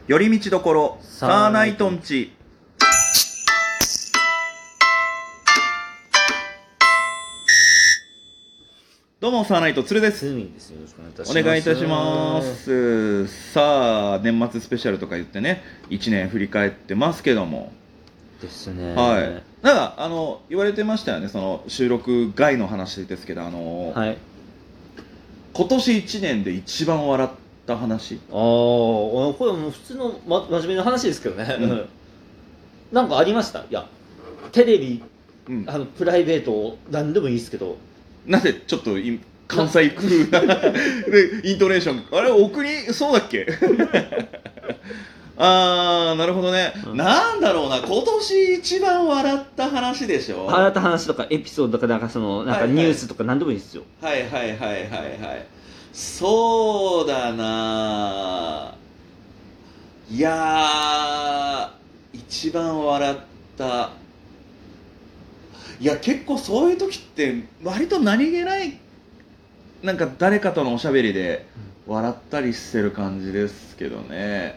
寄り道どころサーナイトンチ。どうもサーナイトつるです。 よろしくお願いいたします。さあ年末スペシャルとか言ってね、1年振り返ってますけどもですね。 はい。なんか言われてましたよね、その収録外の話ですけど、 はい、 今年1年で一番笑った話。 これはもう普通の、真面目な話ですけどね、なんかありました？いやテレビ、プライベート何でもいいですけど、 なぜちょっと関西風なでイントネーション、あれ奥にそうだっけなるほどね、なんだろうな、今年一番笑った話でしょ。 笑った話とかエピソードとかなんかそのなんかニュースとか何でもいいですよ。 はいはいはいはいはい。そうだな、いやー一番笑った、いや結構そういう時って割と何気ないなんか誰かとのおしゃべりで笑ったりしてる感じですけどね。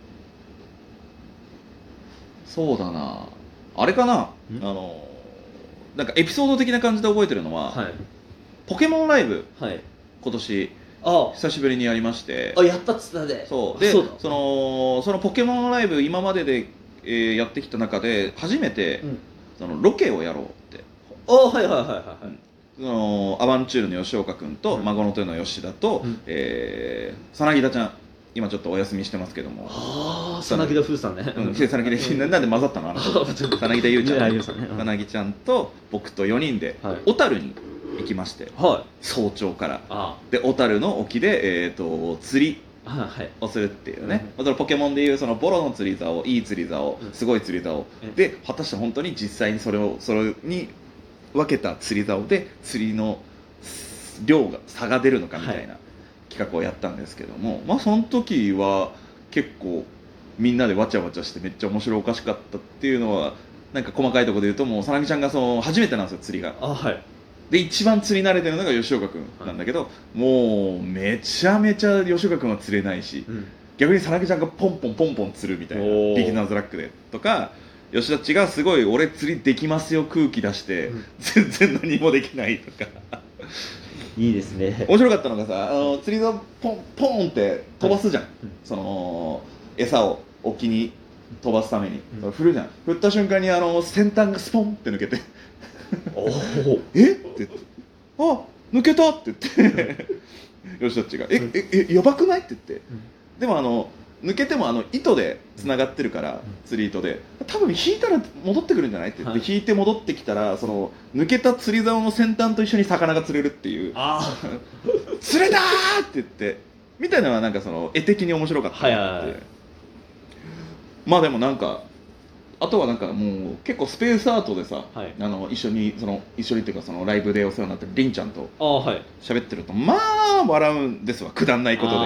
そうだな、あれかな、なんかエピソード的な感じで覚えてるのは、 はい、 ポケモンライブ、 はい、 今年久しぶりにやりまして、 やったっつったで、 そうで、そのポケモンライブ今までで、やってきた中で初めて、そのロケをやろうって、 はいはいはいはい、 そのアバンチュールの吉岡君と、孫の手の吉田と、さなぎだちゃん、今ちょっとお休みしてますけども、 さなぎだふうさんね、 さなぎでなんで混ざったの、さなぎだゆうちゃん、さなぎちゃんと僕と4人で小樽に行きまして、早朝からで小樽の沖で、釣りをするっていうね、そのポケモンでいうそのボロの釣り竿、いい釣り竿、すごい釣り竿で、果たして本当に実際にそれに分けた釣り竿で釣りの量が差が出るのかみたいな企画をやったんですけども、まあその時は結構みんなでわちゃわちゃしてめっちゃ面白おかしかったっていうのは、なんか細かいところで言うと、もうさなぎちゃんがその初めてなんですよ、釣りが。で一番釣り慣れてるのが吉岡君なんだけど、もうめちゃめちゃ吉岡君は釣れないし、逆にさなぎちゃんがポンポンポンポン釣るみたいな、ビギナーズラックでとか、吉田っちがすごい俺釣りできますよ空気出して、全然何もできないとかいいですね。 面白かったのがさ、釣り竿ポンポンって飛ばすじゃん、その餌を沖に飛ばすために、振るじゃん。振った瞬間に先端がスポンって抜けてえって言って、あ抜けたって言って吉田っちがやばくないって言って、でも抜けても糸でつながってるから、釣り糸で多分引いたら戻ってくるんじゃないって言って、引いて戻ってきたら、その抜けた釣り竿の先端と一緒に魚が釣れるっていう釣れたーって言ってみたいなのは、なんかその絵的に面白かったなって。まあでもなんかあとはなんかもう結構スペースアートでさ、一緒にっていうか、そのライブでお世話になってるりんちゃんと喋ってると、まあ笑うんですわ、くだんないこと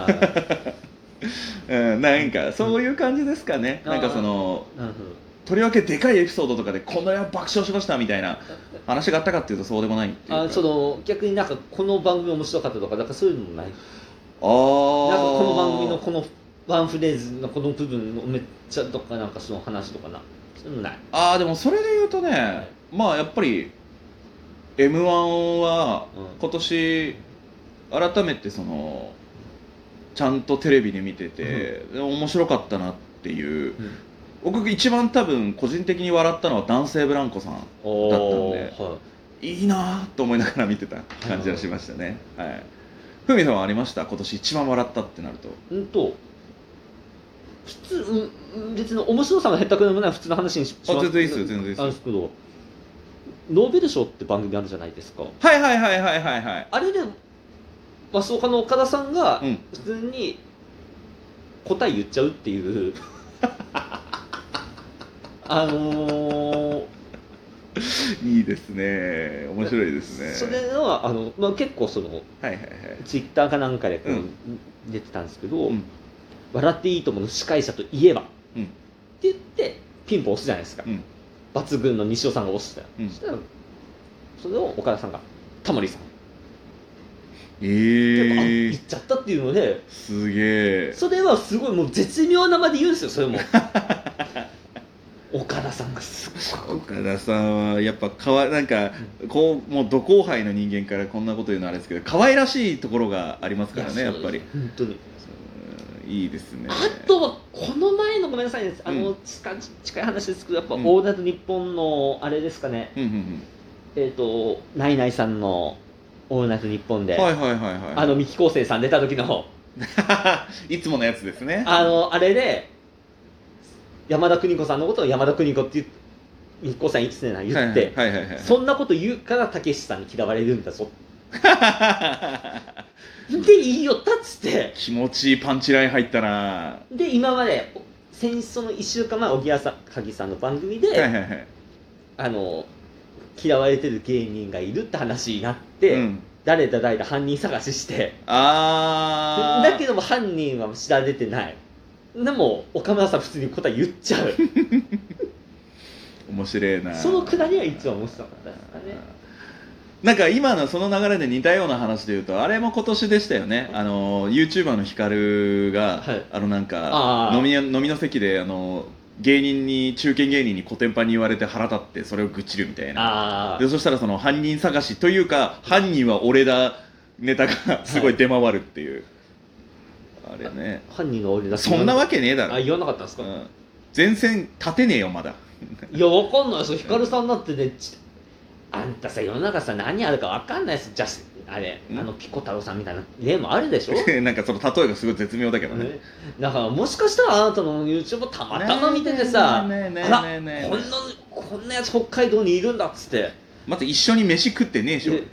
でなんかそういう感じですかね。なんかそのとりわけでかいエピソードとかでこんな爆笑しましたみたいな話があったかっていうと、そうでもないっていうか、 その逆になんかこの番組面白かったとか、なんかそういうのもない？なんかこの番組のこのワンフレーズのこの部分のめっちゃとか、なんかその話とかな、そういうのない？ でもそれで言うとね、まあやっぱり m 1は今年改めてそのちゃんとテレビで見てて、面白かったなっていう、僕一番多分個人的に笑ったのは男性ブランコさんだったんで、いいなと思いながら見てた感じはしましたね。ふみさんはありました？今年一番笑ったってなると。 普通、別に面白さが減ったくでもない普通の話にします。 全然いいですよ、全然いいですよ。 けど、ノーベル賞って番組あるじゃないですか。 あれでマスオカの岡田さんが普通に答え言っちゃうっていういいですね、面白いですね。 それは結構そのツイッターかなんかで出てたんですけど、笑っていいともの司会者といえば、って言ってピンポン押すじゃないですか、抜群の西尾さんが押した、そしたらそれを岡田さんがタモリさん行っちゃったっていうので、 すげえ。 それはすごいもう絶妙なまで言うんですよ、それも。岡田さんがすごい。 岡田さんはやっぱなんかこうもう土後輩の人間からこんなこと言うのはあれですけど、可愛らしいところがありますからね、やっぱり。 本当にいいですね。 あとはこの前のごめんなさいね、近い話ですけど、やっぱオールナイトニッポンのあれですかね、ナイナイさんのオールナイトニッポンで、三木昴生さん出た時のいつものやつですね。 あれで山田邦子さんのことを山田邦子って三木昴生さん言って、そんなこと言うからたけしさんに嫌われるんだぞでいいよったっつって、 気持ちいいパンチライン入ったな。 で今までその1週間前、おぎやはぎさんの番組で、嫌われてる芸人がいるって話になって、誰だ犯人探しして、だけども犯人は知られてない。でも岡村さん普通に答え言っちゃう。 面白いな。 そのくだりはいつも面白かったですかね。 なんか今のその流れで似たような話でいうと、あれも今年でしたよね。YouTuber のヒカルが、なんか飲みの席で中堅芸人にコテンパンに言われて腹立ってそれを愚痴るみたいな。でそしたらその犯人探しというか、犯人は俺だネタがすごい出回るっていう、あれね。 犯人が俺だ。 そんなわけねえだろ。 言わなかったんですか。 前線立てねえよまだ。 いやわかんないですよ。ヒカルさんだってね、あんたさ、世の中さ、何あるか分かんないです。じゃあれ、ピコ太郎さんみたいな例もあるでしょ。なんかその例えがすごい絶妙だけどね。 だからもしかしたらあなたの YouTube たまたま見ててさ、あら、こんなやつ北海道にいるんだっつって。 まず一緒に飯食ってねえでしょ。隠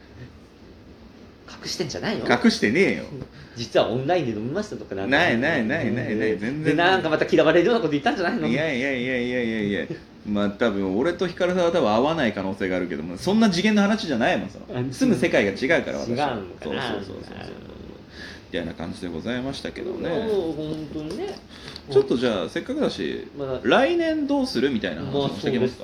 してんじゃないの？ 隠してねえよ。 実はオンラインで飲みましたとかなんか。 ない全然。 でなんかまた嫌われるようなこと言ったんじゃないの？ いや。まあ多分俺とヒカルさんは多分合わない可能性があるけども、そんな次元の話じゃないもん。住む世界が違うから。 私は違うのかな。 そうみたいな感じでございましたけどね。 本当にね。 ちょっとじゃあせっかくだし、来年どうするみたいな話もしていきますか。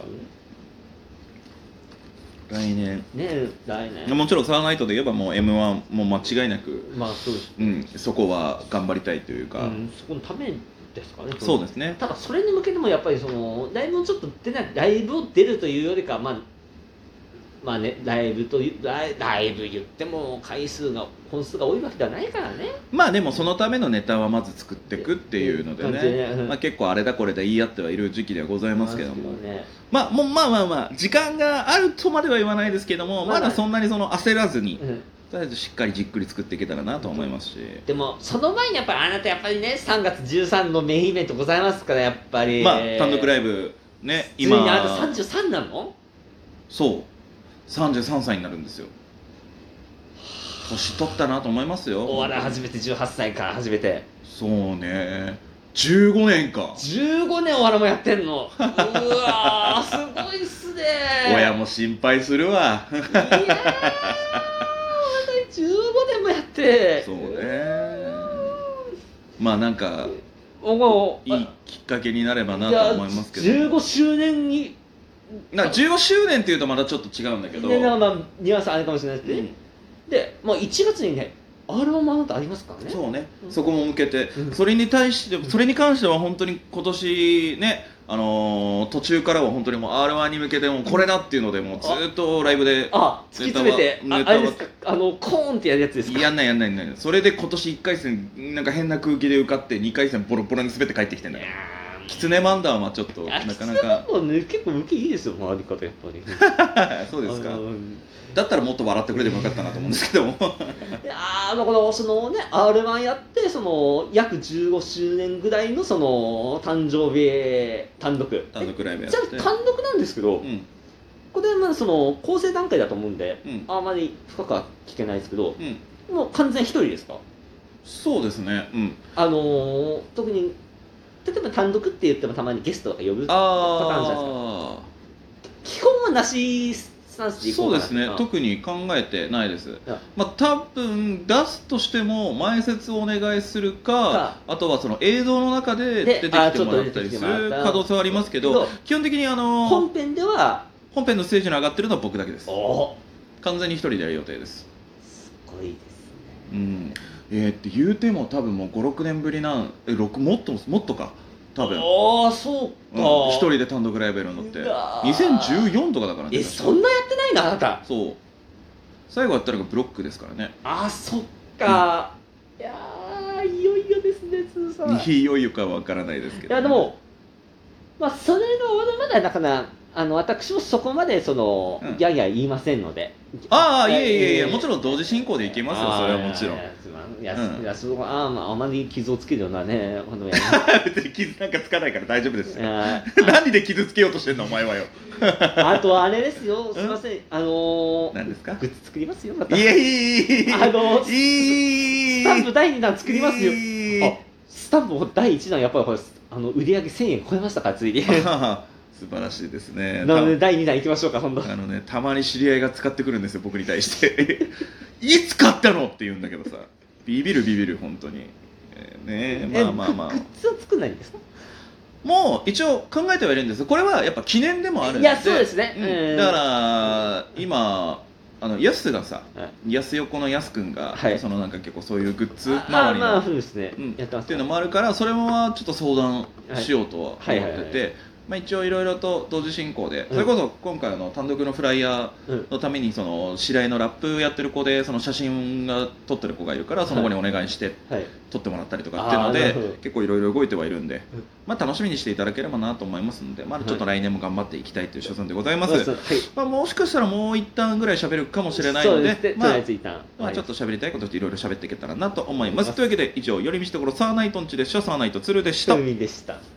来年もちろんサーナイトで言えばもう M1 も間違いなく、そこは頑張りたいというか、 そこのためですかね。 そうですね。 ただそれに向けてもやっぱりそのライブをちょっとライブを出るというよりか、まあね、ライブ言っても本数が多いわけではないからね。 まあでもそのためのネタはまず作っていくっていうのでね、結構あれだこれだ言い合ってはいる時期ではございますけども、まあ時間があるとまでは言わないですけども、まだそんなにその焦らずに、とりあえずしっかりじっくり作っていけたらなと思いますし、 でもその前にやっぱりあなたやっぱりね、3月13のメインイベントございますから、やっぱり単独ライブね、 今あなた33なの？ そう33歳になるんですよ。年取ったなと思いますよ。 お笑い初めて18歳から初めて。 そうね、15年か。 15年お笑いもやってんの。うわーすごいっすね。 親も心配するわ。いやー 15年もやって。 そうね、まあなんかいいきっかけになればなと思いますけど。 15周年に 15周年っていうとまたちょっと違うんだけど、 ニュアンスあるかもしれないですね。で、1月にね、R1もあなたありますからね。 そうね、そこも向けて、それに関しては本当に今年ね、途中からは本当にもう R1 に向けてもこれだっていうので、もうずっとライブで突き詰めて、あれですか、コーンってやるやつですか？ やんない。それで今年1回戦なんか変な空気で受かって、2回戦ボロボロに滑って帰ってきてんだよ。キツネ漫談はちょっとなかなか結構受けいいですよ、回り方やっぱり。 そうですか。だったらもっと笑ってくれてもよかったなと思うんですけども。いやだからそのね、 R1 やってその約15周年ぐらいのその誕生日単独ライブやって、 じゃあ単独なんですけど、これまだその構成段階だと思うんで、あまり深くは聞けないですけど、もう完全一人ですか？ そうですね。 特に例えば単独って言ってもたまにゲストとか呼ぶパターンじゃないですか。基本はなしスタンスでいこうかな。 そうですね、特に考えてないです。多分出すとしても前説をお願いするか、あとはその映像の中で出てきてもらったりする可能性はありますけど、基本的に本編のステージに上がってるのは僕だけです。完全に一人でやる予定です。 すごいですって言うても多分もう56年ぶりもっとか多分。 ああそうか、 一人で単独ライブやるのって2014とかだからね。 そんなやってないなあなた。 そう、最後やったのがブロックですからね。 そっか、いやいよいよですね、つーさん。 いよいよかは分からないですけど、 いやでもそれがまだだから私もそこまでギャーギャー言いませんので。 いえもちろん同時進行でいけますよ、それはもちろん。 あまり傷をつけるようなね、 別に傷なんかつかないから大丈夫ですよ。何で傷つけようとしてんのお前はよ。 あとあれですよ、すいません、 何ですか。 グッズ作りますよ、また。 スタンプ第2弾作りますよ。スタンプ第1弾やっぱり売り上げ1000円超えましたから、ついに。 素晴らしいですね。 なので第2弾いきましょうか、今度。 たまに知り合いが使ってくるんですよ、僕に対していつ買ったのって言うんだけどさ、ビビる本当に。まあグッズを作んないんですか。 もう一応考えてはいるんです。これはやっぱ記念でもあるんで。 いやそうですね、 だから今ヤスがさ、ヤス横のヤスくんが、なんか結構そういうグッズ周りのっていうのもあるから、それはちょっと相談しようとは思ってて、一応いろいろと同時進行で、それこそ今回単独のフライヤーのために白井のラップやってる子で写真が撮ってる子がいるから、その子にお願いして撮ってもらったりとかっていうので、結構いろいろ動いてはいるんで、楽しみにしていただければなと思いますので、まだちょっと来年も頑張っていきたいという所存でございます。もしかしたらもう一旦ぐらい喋るかもしれないので、ちょっと喋りたいことっていろいろ喋っていけたらなと思います。というわけで以上、寄り道ところサーナイトンチでした。サーナイトツルでした。 海でした。